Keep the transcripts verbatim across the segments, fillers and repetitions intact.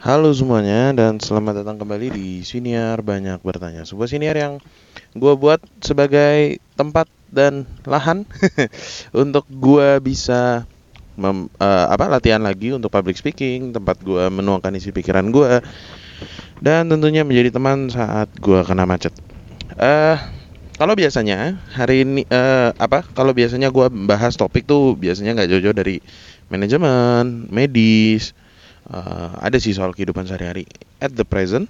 Halo semuanya dan selamat datang kembali di Siniar Banyak Bertanya. Sebuah siniar yang gue buat sebagai tempat dan lahan untuk gue bisa mem, eh, apa latihan lagi untuk public speaking, tempat gue menuangkan isi pikiran gue dan tentunya menjadi teman saat gue kena macet. Eh kalau biasanya hari ini eh, apa? Kalau biasanya gue bahas topik tuh biasanya nggak jauh-jauh dari manajemen, medis, eh, ada sih soal kehidupan sehari-hari. At the present,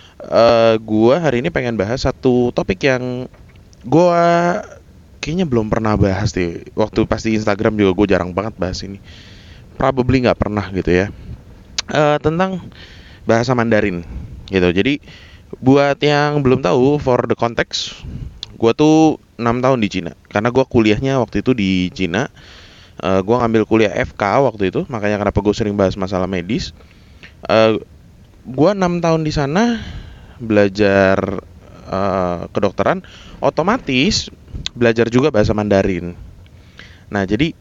eh gue hari ini pengen bahas satu topik yang gue kayaknya belum pernah bahas deh. Waktu pas di Instagram juga gue jarang banget bahas ini. Probably nggak pernah gitu ya. Eh, tentang bahasa Mandarin gitu. Jadi buat yang belum tahu, for the context, gue tuh enam tahun di Cina. Karena gue kuliahnya waktu itu di Cina. Uh, gue ngambil kuliah F K waktu itu, makanya kenapa gue sering bahas masalah medis. Uh, gue enam tahun di sana belajar uh, kedokteran, otomatis belajar juga bahasa Mandarin. Nah jadi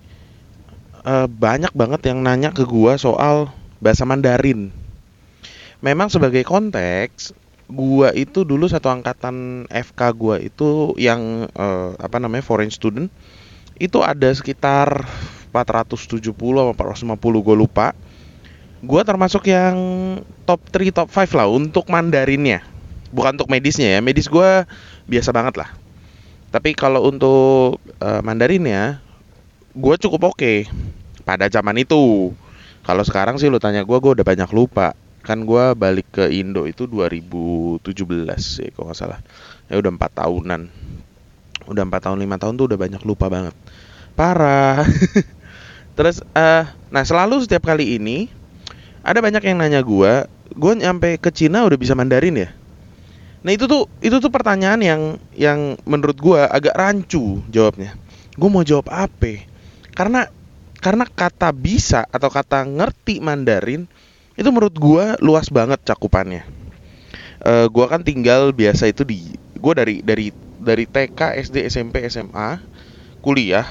uh, banyak banget yang nanya ke gue soal bahasa Mandarin. Memang sebagai konteks, gua itu dulu satu angkatan F K gua itu yang uh, apa namanya foreign student itu ada sekitar empat ratus tujuh puluh atau empat ratus lima puluh, gue lupa. Gua termasuk yang top tiga top lima lah untuk Mandarinnya. Bukan untuk medisnya ya. Medis gua biasa banget lah. Tapi kalau untuk uh, Mandarinnya gua cukup oke okay pada zaman itu. Kalau sekarang sih lu tanya gua, gua udah banyak lupa. Kan gua balik ke Indo itu dua ribu tujuh belas sih kalau nggak salah. Ya udah empat tahunan. Udah empat tahun lima tahun tuh udah banyak lupa banget. Parah. Terus uh, nah selalu setiap kali ini ada banyak yang nanya gua, gua nyampe ke Cina udah bisa Mandarin ya? Nah itu tuh itu tuh pertanyaan yang yang menurut gua agak rancu jawabnya. Gua mau jawab apa? Karena karena kata bisa atau kata ngerti Mandarin itu menurut gua luas banget cakupannya. Uh, gua kan tinggal biasa itu di gua dari dari dari T K, S D, S M P, S M A, kuliah,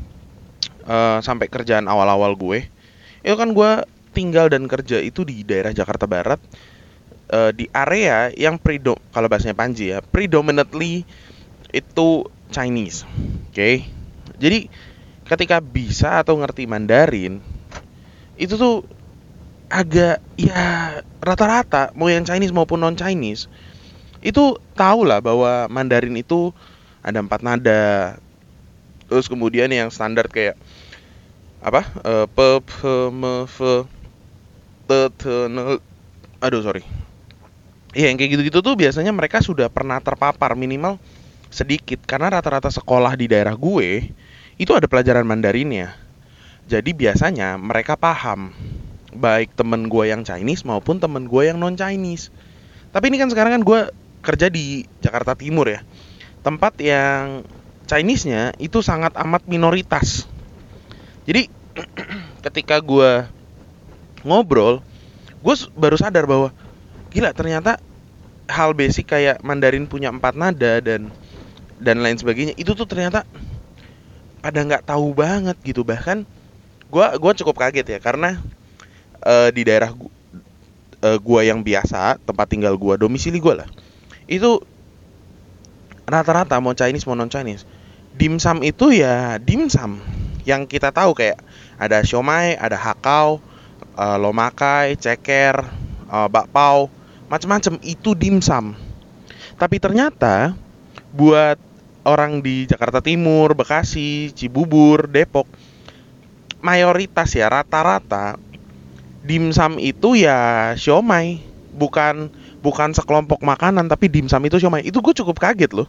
uh, sampai kerjaan awal-awal gue. Itu kan gua tinggal dan kerja itu di daerah Jakarta Barat, uh, di area yang predo kalau bahasanya Panji ya, predominantly itu Chinese. Oke. Okay? Jadi ketika bisa atau ngerti Mandarin itu tuh agak ya rata-rata mau yang Chinese maupun non Chinese itu tahu lah bahwa Mandarin itu ada empat nada. Terus kemudian yang standar kayak apa uh, p p m f t t n, aduh sorry. Iya yang kayak gitu-gitu tuh biasanya mereka sudah pernah terpapar minimal sedikit, karena rata-rata sekolah di daerah gue itu ada pelajaran Mandarinnya. Jadi biasanya mereka paham, baik temen gue yang Chinese maupun temen gue yang non Chinese. Tapi ini kan sekarang kan gue kerja di Jakarta Timur ya, tempat yang Chinese-nya itu sangat amat minoritas. Jadi ketika gue ngobrol, gue baru sadar bahwa gila ternyata hal basic kayak Mandarin punya empat nada dan dan lain sebagainya itu tuh ternyata pada nggak tahu banget gitu. Bahkan gue gue cukup kaget ya, karena uh, di daerah gu, uh, gua yang biasa, tempat tinggal gua, domisili gua lah, itu rata-rata mau Chinese mau non Chinese, dimsum itu ya dimsum yang kita tahu kayak ada siomay, ada hakau, uh, lomakai, ceker, uh, bakpao, macam-macam itu dimsum. Tapi ternyata buat orang di Jakarta Timur, Bekasi, Cibubur, Depok, mayoritas ya rata-rata dimsum itu ya siomay, bukan bukan sekelompok makanan, tapi dimsum itu siomay. Itu gue cukup kaget loh.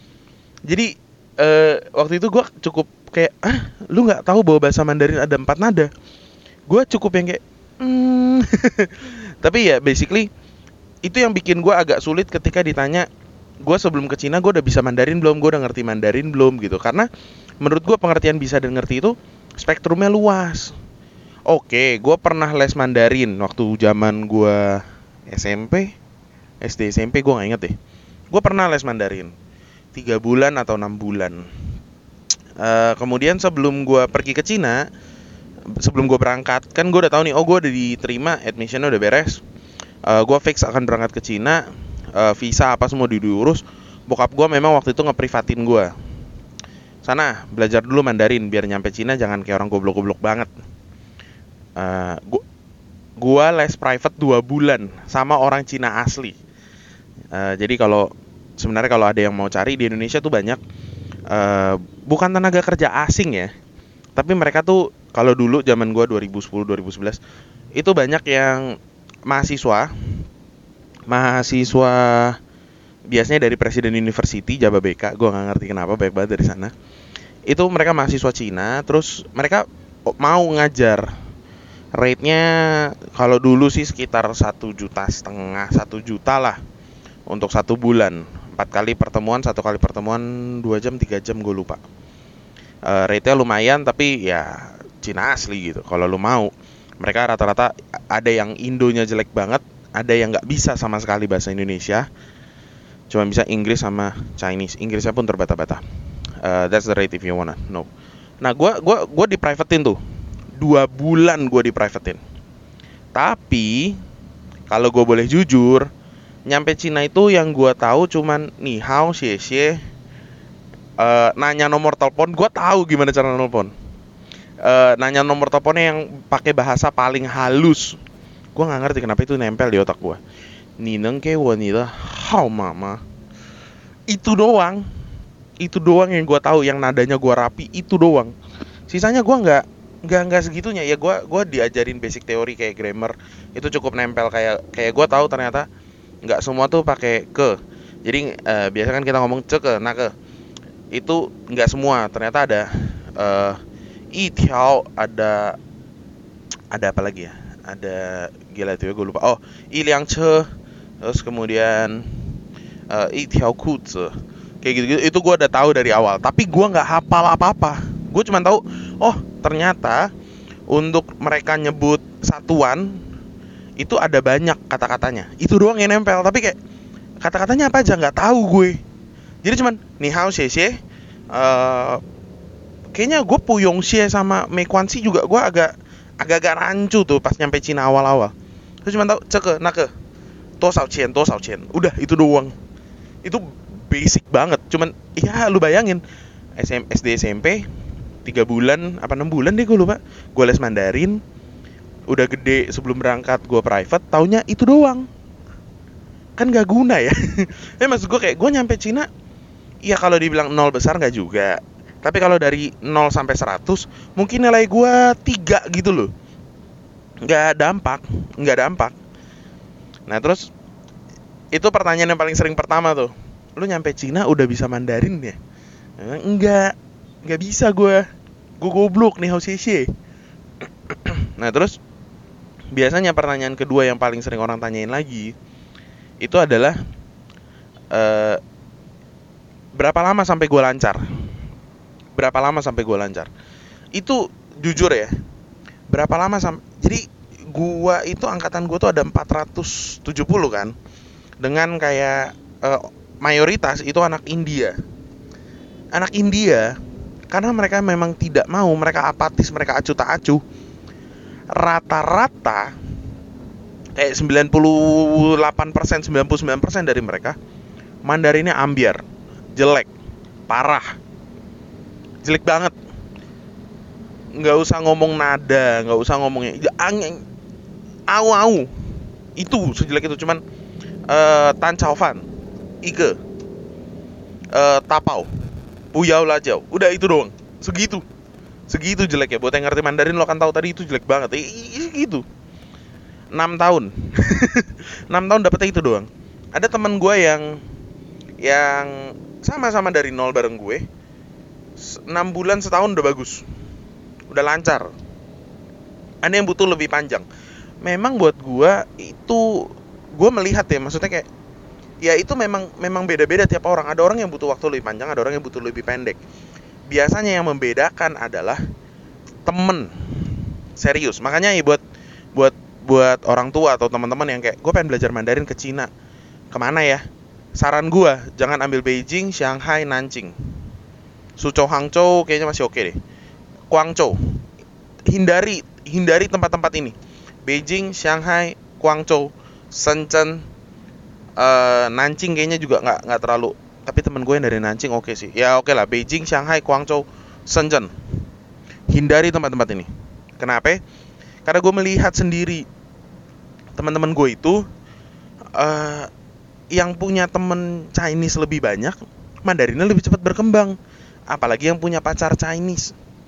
Jadi eh, waktu itu gue cukup kayak, ah, lu nggak tahu bahwa bahasa Mandarin ada empat nada? Gue cukup yang kayak, hmm. Tapi ya basically itu yang bikin gue agak sulit ketika ditanya, gue sebelum ke Cina gue udah bisa Mandarin belum, gue udah ngerti Mandarin belum gitu. Karena menurut gue pengertian bisa dan ngerti itu spektrumnya luas. Oke, gue pernah les Mandarin waktu zaman gue S M P, S D S M P gue nggak inget deh. Gue pernah les Mandarin tiga bulan atau enam bulan. Uh, kemudian sebelum gue pergi ke Cina, sebelum gue berangkat, kan gue udah tahu nih, oh gue udah diterima, admissionnya udah beres. uh, gue fix akan berangkat ke Cina, uh, visa apa semua diurus. Bokap gue memang waktu itu ngeprivatin gue, sana belajar dulu Mandarin biar nyampe Cina jangan kayak orang goblok-goblok banget. uh, gu- Gue les private dua bulan sama orang Cina asli. uh, Jadi kalau sebenarnya kalau ada yang mau cari di Indonesia tuh banyak, uh, bukan tenaga kerja asing ya, tapi mereka tuh kalau dulu zaman gue dua ribu sepuluh dua ribu sebelas itu banyak yang mahasiswa mahasiswa biasanya dari Presiden University Jababeka, gue nggak ngerti kenapa banyak banget dari sana. Itu mereka mahasiswa Cina, terus mereka mau ngajar. Rate-nya kalau dulu sih sekitar satu juta setengah, satu juta lah untuk satu bulan. Empat kali pertemuan, satu kali pertemuan dua jam, tiga jam, gue lupa. Uh, rate-nya lumayan, tapi ya Cina asli gitu. Kalau lu mau, mereka rata-rata ada yang Indonya jelek banget, ada yang nggak bisa sama sekali bahasa Indonesia, cuma bisa Inggris sama Chinese. Inggrisnya pun terbata-bata. Uh, that's the rate if you wanna know. Nah, gue gua gua di privatein tuh dua bulan, gue di privatein. Tapi kalau gue boleh jujur, nyampe Cina itu yang gue tahu cuman ni hao xie xie, uh, nanya nomor telepon. Gue tahu gimana cara nelpon. Uh, nanya nomor teleponnya yang pakai bahasa paling halus. Gue nggak ngerti kenapa itu nempel di otak gue. Ni neng ke wo ni de hao mama. Itu doang. Itu doang yang gue tahu, yang nadanya gue rapi, itu doang. Sisanya gue nggak nggak nggak segitunya. Ya gue gue diajarin basic teori kayak grammar, itu cukup nempel. Kayak kayak gue tahu ternyata nggak semua tuh pakai ke. Jadi uh, biasa kan kita ngomong ce ke, na ke. Itu nggak semua. Ternyata ada uh, i tiao, ada ada apa lagi ya? Ada gila itu ya, gue lupa. Oh, i liang ce, terus kemudian uh, i tiao ku ze. Kayak gitu-gitu, itu gue udah tahu dari awal. Tapi gue nggak hafal apa-apa. Gue cuma tahu, oh ternyata untuk mereka nyebut satuan itu ada banyak kata-katanya. Itu doang yang nempel. Tapi kayak kata-katanya apa aja nggak tahu gue. Jadi cuman ni hao xie xie. Uh, kayaknya gue puyong xie sama mekuansi juga gue agak agak-agak rancu tuh pas nyampe Cina awal-awal. Terus cuma tahu ceke, nake, tosao qian, tosao qian. Udah itu doang. Itu basic banget. Cuman ya lu bayangin S D S M P tiga bulan apa enam bulan deh gue lupa, gue les Mandarin. Udah gede sebelum berangkat gue private, taunya itu doang. Kan gak guna ya. Eh maksud gue kayak gue nyampe Cina, ya kalau dibilang nol besar gak juga, tapi kalau dari nol sampai seratus mungkin nilai gue tiga gitu loh. Gak dampak, gak dampak. Nah terus itu pertanyaan yang paling sering pertama tuh, lu nyampe Cina udah bisa Mandarin ya? Enggak, enggak bisa gue. Gue goblok nih, hao xie xie. Nah terus biasanya pertanyaan kedua yang paling sering orang tanyain lagi itu adalah uh, berapa lama sampai gue lancar? Berapa lama sampai gue lancar? Itu jujur ya, berapa lama sampai? Jadi gue itu angkatan gue tuh ada empat ratus tujuh puluh kan, dengan kayak uh, mayoritas itu anak India. Anak India, karena mereka memang tidak mau, mereka apatis, mereka acuh tak acuh. Rata-rata kayak sembilan puluh delapan persen, sembilan puluh sembilan persen dari mereka Mandarinnya ambiar, jelek, parah, jelek banget. Nggak usah ngomong nada, nggak usah ngomongnya angin, au-au, itu sejelek itu. Cuman uh, Tan Chao Fan, Ike, uh, Tapau, Puyao Lajau, udah itu doang, segitu, segitu jelek ya. Buat yang ngerti Mandarin lo kan tahu tadi itu jelek banget, eh, gitu. enam tahun, enam tahun dapetnya itu doang. Ada teman gue yang yang sama-sama dari nol bareng gue, enam bulan setahun udah bagus, udah lancar. Ada yang butuh lebih panjang. Memang buat gue itu, gue melihat ya, maksudnya kayak ya itu memang memang beda-beda tiap orang. Ada orang yang butuh waktu lebih panjang, ada orang yang butuh lebih pendek. Biasanya yang membedakan adalah temen serius. Makanya ya buat buat buat orang tua atau teman-teman yang kayak gue pengen belajar Mandarin ke Cina, kemana ya? Saran gue, jangan ambil Beijing, Shanghai, Nanjing. Suzhou, Hangzhou kayaknya masih oke deh. Guangzhou, hindari hindari tempat-tempat ini. Beijing, Shanghai, Guangzhou Shenzhen, uh, Nanjing kayaknya juga nggak nggak terlalu. Tapi temen gue yang dari Nanjing oke okay sih. Ya oke okay lah, Beijing, Shanghai, Guangzhou, Shenzhen. Hindari tempat-tempat ini. Kenapa? Karena gue melihat sendiri teman-teman gue itu uh, yang punya temen Chinese lebih banyak, Mandarinnya lebih cepat berkembang. Apalagi yang punya pacar Chinese.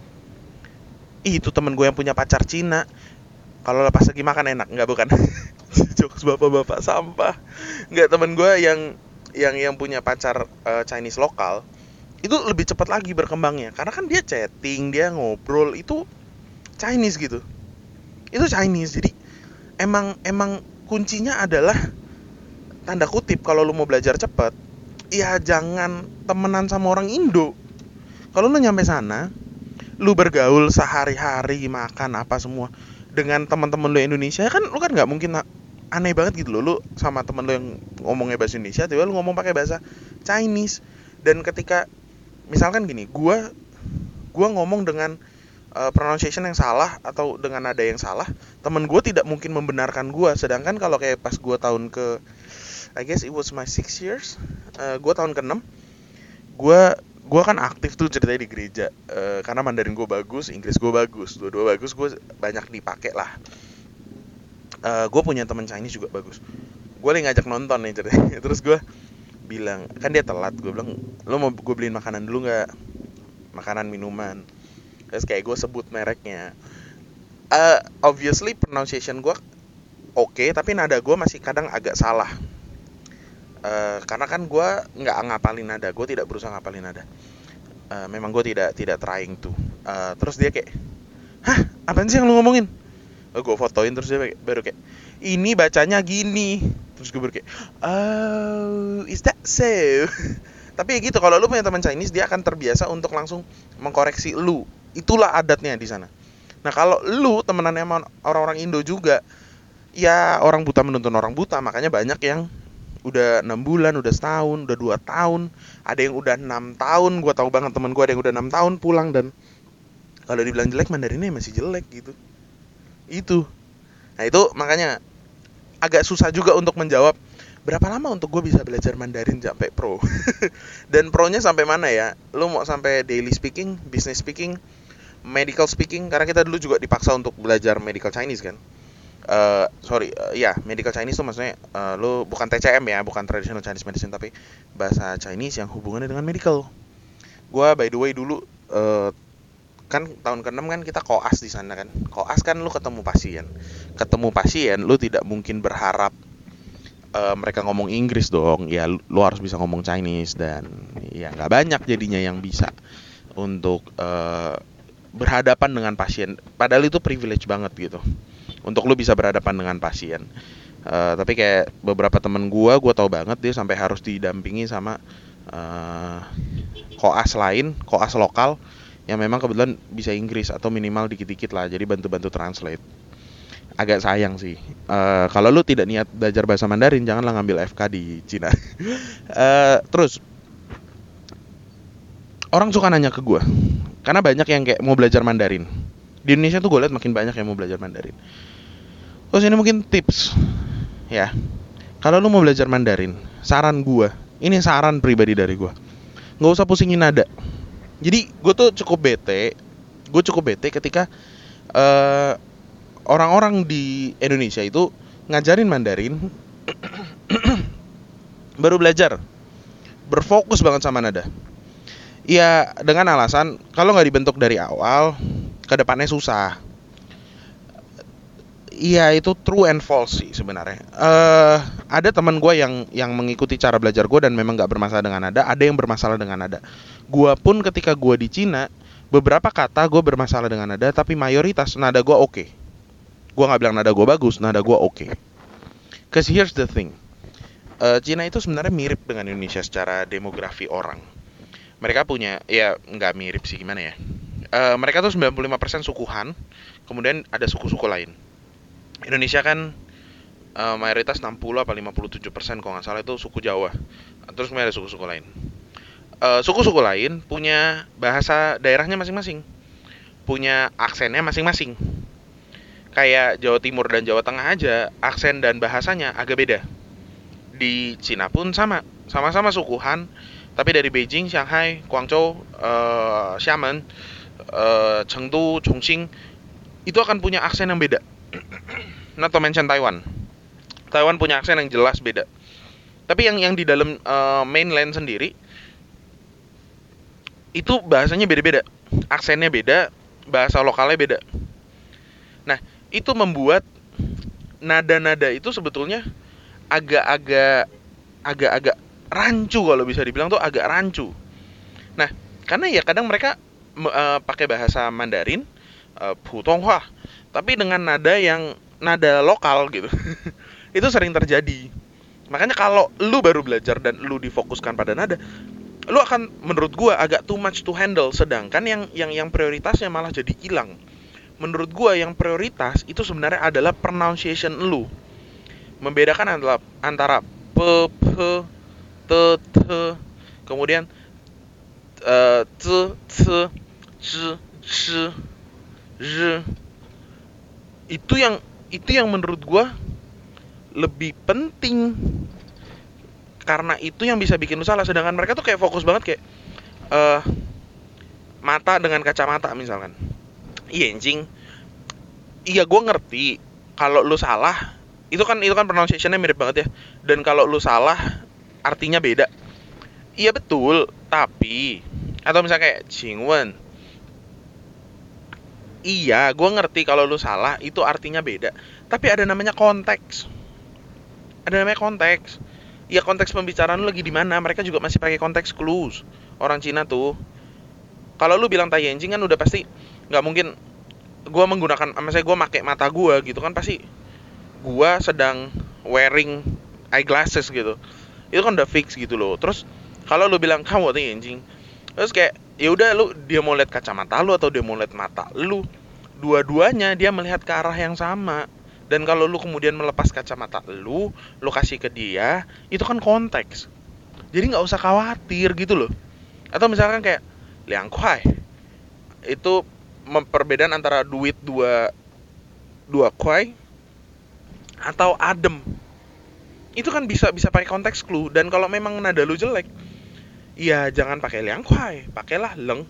Itu temen gue yang punya pacar Cina, kalau lepas lagi makan enak, nggak bukan? Jokes bapak-bapak sampah. Nggak, temen gue yang yang yang punya pacar uh, Chinese lokal itu lebih cepat lagi berkembangnya, karena kan dia chatting, dia ngobrol itu Chinese gitu. Itu Chinese, jadi emang emang kuncinya adalah tanda kutip kalau lu mau belajar cepat, ya jangan temenan sama orang Indo. Kalau lu nyampe sana, lu bergaul sehari-hari, makan apa semua dengan teman-teman lu Indonesia, kan lu kan nggak mungkin aneh banget gitu loh, lu sama temen lu yang ngomongnya bahasa Indonesia, tiba lu ngomong pakai bahasa Chinese. Dan ketika misalkan gini, gua gua ngomong dengan uh, pronunciation yang salah atau dengan nada yang salah, temen gua tidak mungkin membenarkan gua. Sedangkan kalau kayak pas gua tahun ke, I guess it was my six years, uh, gua tahun keenam, gua gue kan aktif tuh ceritanya di gereja, uh, karena Mandarin gue bagus, Inggris gue bagus, dua-dua bagus, gue banyak dipakai lah. Uh, gue punya teman Chinese juga bagus, gue lagi ngajak nonton nih ceritanya. Terus gue bilang, kan dia telat, gue bilang, lo mau gue beliin makanan dulu nggak, makanan minuman. Terus kayak gue sebut mereknya, uh, obviously pronunciation gue oke, okay, tapi nada gue masih kadang agak salah. Uh, karena kan gue nggak ngapalin nada, gue tidak berusaha ngapalin nada. Uh, memang gue tidak tidak trying tuh. Uh, terus dia kayak, hah, apaan sih yang lu ngomongin? Uh, gue fotoin, terus dia baru kayak, ini bacanya gini. Terus gue baru kayak, oh, is that so? Tapi ya gitu, kalau lu punya teman Chinese, dia akan terbiasa untuk langsung mengkoreksi lu. Itulah adatnya di sana. Nah kalau lu temenannya sama orang-orang Indo juga, ya orang buta menuntun orang buta, makanya banyak yang udah enam bulan, udah setahun, udah dua tahun, ada yang udah enam tahun. Gue tahu banget temen gue ada yang udah enam tahun pulang, dan kalau dibilang jelek, Mandarinnya masih jelek gitu. Itu. Nah itu makanya agak susah juga untuk menjawab berapa lama untuk gue bisa belajar Mandarin sampai pro. Dan pro-nya sampai mana ya? Lu mau sampai daily speaking, business speaking, medical speaking, karena kita dulu juga dipaksa untuk belajar medical Chinese kan. Uh, sorry, uh, ya yeah, medical Chinese tuh maksudnya uh, lu bukan T C M ya, bukan traditional Chinese medicine, tapi bahasa Chinese yang hubungannya dengan medical. Gua by the way dulu uh, kan tahun keenam kan kita koas di sana kan. Koas kan lu ketemu pasien, ketemu pasien lu tidak mungkin berharap uh, mereka ngomong Inggris dong. Ya lu, lu harus bisa ngomong Chinese, dan ya nggak banyak jadinya yang bisa untuk uh, berhadapan dengan pasien. Padahal itu privilege banget gitu, untuk lu bisa berhadapan dengan pasien. Uh, tapi kayak beberapa temen gue, gue tau banget dia sampai harus didampingi sama uh, koas lain, koas lokal yang memang kebetulan bisa Inggris atau minimal dikit-dikit lah, jadi bantu-bantu translate. Agak sayang sih. Uh, kalau lu tidak niat belajar bahasa Mandarin, janganlah ngambil F K di Cina. uh, terus orang suka nanya ke gue, karena banyak yang kayak mau belajar Mandarin. Di Indonesia tuh gue lihat makin banyak yang mau belajar Mandarin. Terus ini mungkin tips ya, kalau lu mau belajar Mandarin, saran gue, ini saran pribadi dari gue, nggak usah pusingin nada. Jadi gue tuh cukup bete, gue cukup bete ketika uh, orang-orang di Indonesia itu ngajarin Mandarin, baru belajar, berfokus banget sama nada. Ya dengan alasan kalau nggak dibentuk dari awal, kedepannya susah. Iya, itu true and false sih sebenarnya. Uh, ada teman gue yang yang mengikuti cara belajar gue dan memang nggak bermasalah dengan nada. Ada yang bermasalah dengan nada. Gue pun ketika gue di Cina, beberapa kata gue bermasalah dengan nada, tapi mayoritas nada gue oke. Okay. Gue nggak bilang nada gue bagus, nada gue oke. Okay. Cause here's the thing, uh, Cina itu sebenarnya mirip dengan Indonesia secara demografi orang. Mereka punya, ya nggak mirip sih, gimana ya? Uh, mereka tuh sembilan puluh lima persen suku Han, kemudian ada suku-suku lain. Indonesia kan uh, mayoritas enam puluh apa lima puluh tujuh persen kalau nggak salah itu suku Jawa. Terus kemudian ada suku-suku lain. Uh, suku-suku lain punya bahasa daerahnya masing-masing, punya aksennya masing-masing. Kayak Jawa Timur dan Jawa Tengah aja, aksen dan bahasanya agak beda. Di Cina pun sama, sama-sama suku Han, tapi dari Beijing, Shanghai, Guangzhou, eh, Xiamen, eh, Chengdu, Chongqing itu akan punya aksen yang beda. Not to mention Taiwan. Taiwan punya aksen yang jelas beda. Tapi yang yang di dalam uh, mainland sendiri itu bahasanya beda-beda, aksennya beda, bahasa lokalnya beda. Nah, itu membuat nada-nada itu sebetulnya agak-agak agak-agak rancu, kalau bisa dibilang tuh agak rancu. Nah, karena ya kadang mereka uh, pakai bahasa Mandarin, uh, Putonghua, tapi dengan nada yang nada lokal gitu. Itu sering terjadi. Makanya kalau lu baru belajar dan lu difokuskan pada nada, lu akan menurut gua agak too much to handle. Sedangkan yang yang yang prioritasnya malah jadi hilang. Menurut gua yang prioritas itu sebenarnya adalah pronunciation lu. Membedakan antara antara p, p, t, t, kemudian uh, t, c, j, sh, z. Itu yang itu yang menurut gua lebih penting, karena itu yang bisa bikin lu salah. Sedangkan mereka tuh kayak fokus banget kayak uh, mata dengan kacamata misalkan. Iya anjing. Iya gue ngerti kalau lu salah itu kan itu kan pronunciation-nya mirip banget ya. Dan kalau lu salah artinya beda. Iya betul, tapi atau misalnya kayak Jingwen. Iya, gue ngerti kalau lu salah itu artinya beda. Tapi ada namanya konteks. Ada namanya konteks. Ya konteks pembicaraan lu lagi di mana? Mereka juga masih pakai konteks clues. Orang Cina tuh. Kalau lu bilang tai anjing kan udah pasti nggak mungkin gua menggunakan, misalnya gua pakai mata gua gitu kan, pasti gua sedang wearing eyeglasses gitu. Itu kan udah fix gitu loh. Terus kalau lu bilang kamu tai anjing, terus kayak ya udah lu dia mau lihat kacamata lu atau dia mau lihat mata lu, dua-duanya dia melihat ke arah yang sama. Dan kalau lu kemudian melepas kacamata lu, lu kasih ke dia, itu kan konteks. Jadi nggak usah khawatir gitu loh. Atau misalkan kayak liang kuai, itu perbedaan antara duit dua dua kuai atau adem. Itu kan bisa bisa pakai konteks clue. Dan kalau memang nada lu jelek, ya jangan pakai liang kuai, pakailah leng.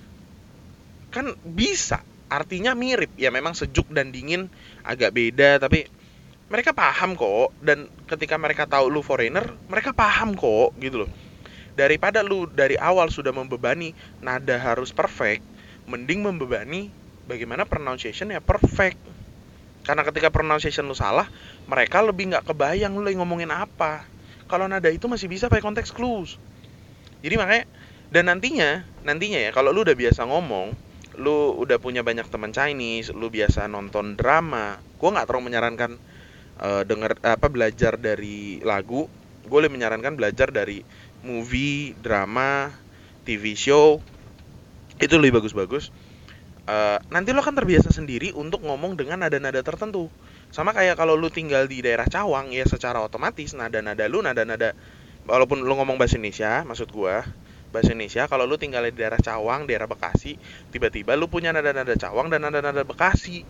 Kan bisa. Artinya mirip, ya memang sejuk dan dingin agak beda, tapi mereka paham kok. Dan ketika mereka tahu lu foreigner, mereka paham kok gitu loh. Daripada lu dari awal sudah membebani nada harus perfect, mending membebani bagaimana pronunciation ya perfect. Karena ketika pronunciation lu salah, mereka lebih nggak kebayang lu lagi ngomongin apa. Kalau nada itu masih bisa pakai konteks clues. Jadi makanya, dan nantinya nantinya ya kalau lu udah biasa ngomong, lu udah punya banyak teman Chinese, lu biasa nonton drama, gue nggak terlalu menyarankan uh, denger apa belajar dari lagu. Gue lebih menyarankan belajar dari movie, drama, T V show. Itu lebih bagus-bagus. Uh, nanti lu akan terbiasa sendiri untuk ngomong dengan nada-nada tertentu. Sama kayak kalau lu tinggal di daerah Cawang, ya secara otomatis nada-nada lu nada-nada, walaupun lu ngomong bahasa Indonesia, maksud gue bahasa Indonesia, kalau lu tinggal di daerah Cawang, daerah Bekasi, tiba-tiba lu punya nada-nada Cawang dan nada-nada Bekasi.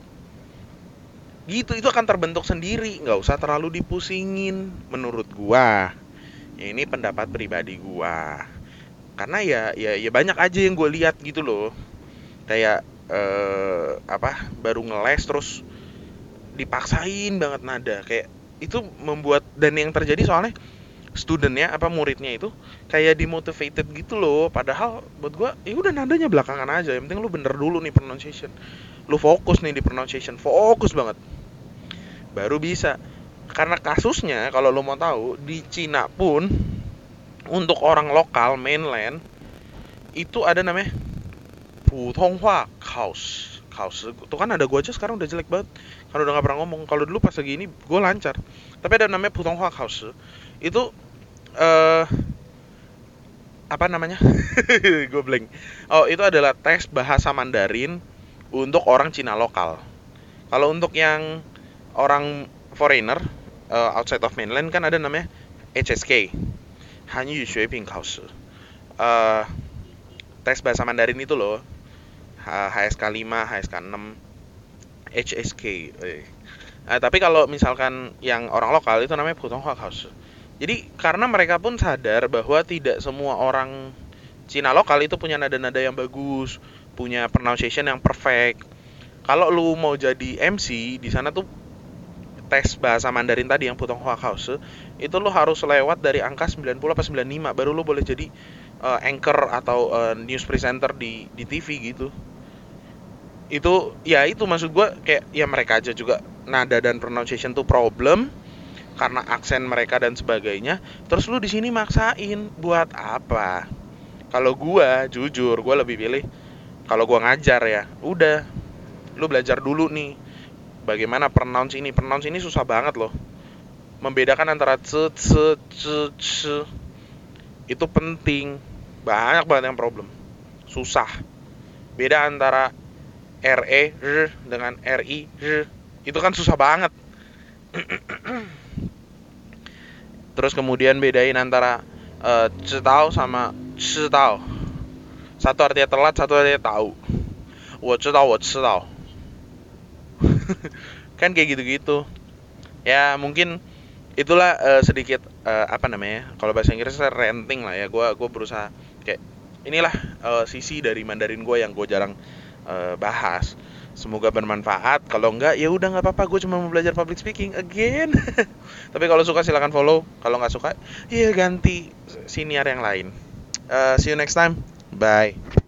Gitu, itu akan terbentuk sendiri, nggak usah terlalu dipusingin menurut gua. Ya, ini pendapat pribadi gua. Karena ya ya ya banyak aja yang gue lihat gitu loh. Kayak eh, apa? Baru ngeles terus dipaksain banget nada. Kayak itu membuat, dan yang terjadi soalnya studentnya apa muridnya itu kayak dimotivated gitu loh. Padahal buat gue ya udah nadanya belakangan aja, yang penting lu bener dulu nih pronunciation, lu fokus nih di pronunciation, fokus banget baru bisa. Karena kasusnya kalau lu mau tahu di Cina pun untuk orang lokal mainland itu ada namanya Putonghua Kaos. Kaos itu kan ada gue aja sekarang udah jelek banget karena udah gak pernah ngomong. Kalau dulu pas lagi ini gue lancar, tapi ada namanya Putonghua Kaos. Itu uh, apa namanya? Gue blank. Oh, itu adalah tes bahasa Mandarin untuk orang Cina lokal. Kalau untuk yang orang foreigner uh, outside of mainland kan ada namanya H S K, Hanyu Xueping Kaos. Uh, tes bahasa Mandarin itu loh, H S K lima, H S K enam. H S K. Eh. Nah, tapi kalau misalkan yang orang lokal itu namanya Putong House. Jadi karena mereka pun sadar bahwa tidak semua orang Cina lokal itu punya nada-nada yang bagus, punya pronunciation yang perfect. Kalau lu mau jadi M C di sana tuh tes bahasa Mandarin tadi yang Putong House itu lu harus lewat dari angka sembilan puluh apa sembilan puluh lima baru lu boleh jadi uh, anchor atau uh, news presenter di di T V gitu. Itu ya itu maksud gue kayak ya mereka aja juga nada dan pronunciation tuh problem karena aksen mereka dan sebagainya. Terus lu di sini maksain buat apa? Kalau gua jujur gua lebih pilih kalau gua ngajar ya, udah lu belajar dulu nih bagaimana pronounce ini. Pronounce ini susah banget loh. Membedakan antara ce ce ce ce itu penting. Banyak banget yang problem. Susah. Beda antara R E R dengan R I R. Itu kan susah banget. Terus kemudian bedain antara uh, cetau sama cetau. Satu artinya telat, satu artinya tahu. 我知道我知道 kan kayak gitu-gitu. Ya mungkin itulah uh, sedikit uh, apa namanya? Kalau bahasa Inggrisnya ranting lah ya. Gua gua berusaha kayak inilah uh, sisi dari Mandarin gue yang gue jarang uh, bahas. Semoga bermanfaat. Kalau enggak ya udah nggak apa-apa. Gue cuma mau belajar public speaking again. Tapi kalau suka silakan follow. Kalau nggak suka ya ganti senior yang lain. Uh, see you next time. Bye.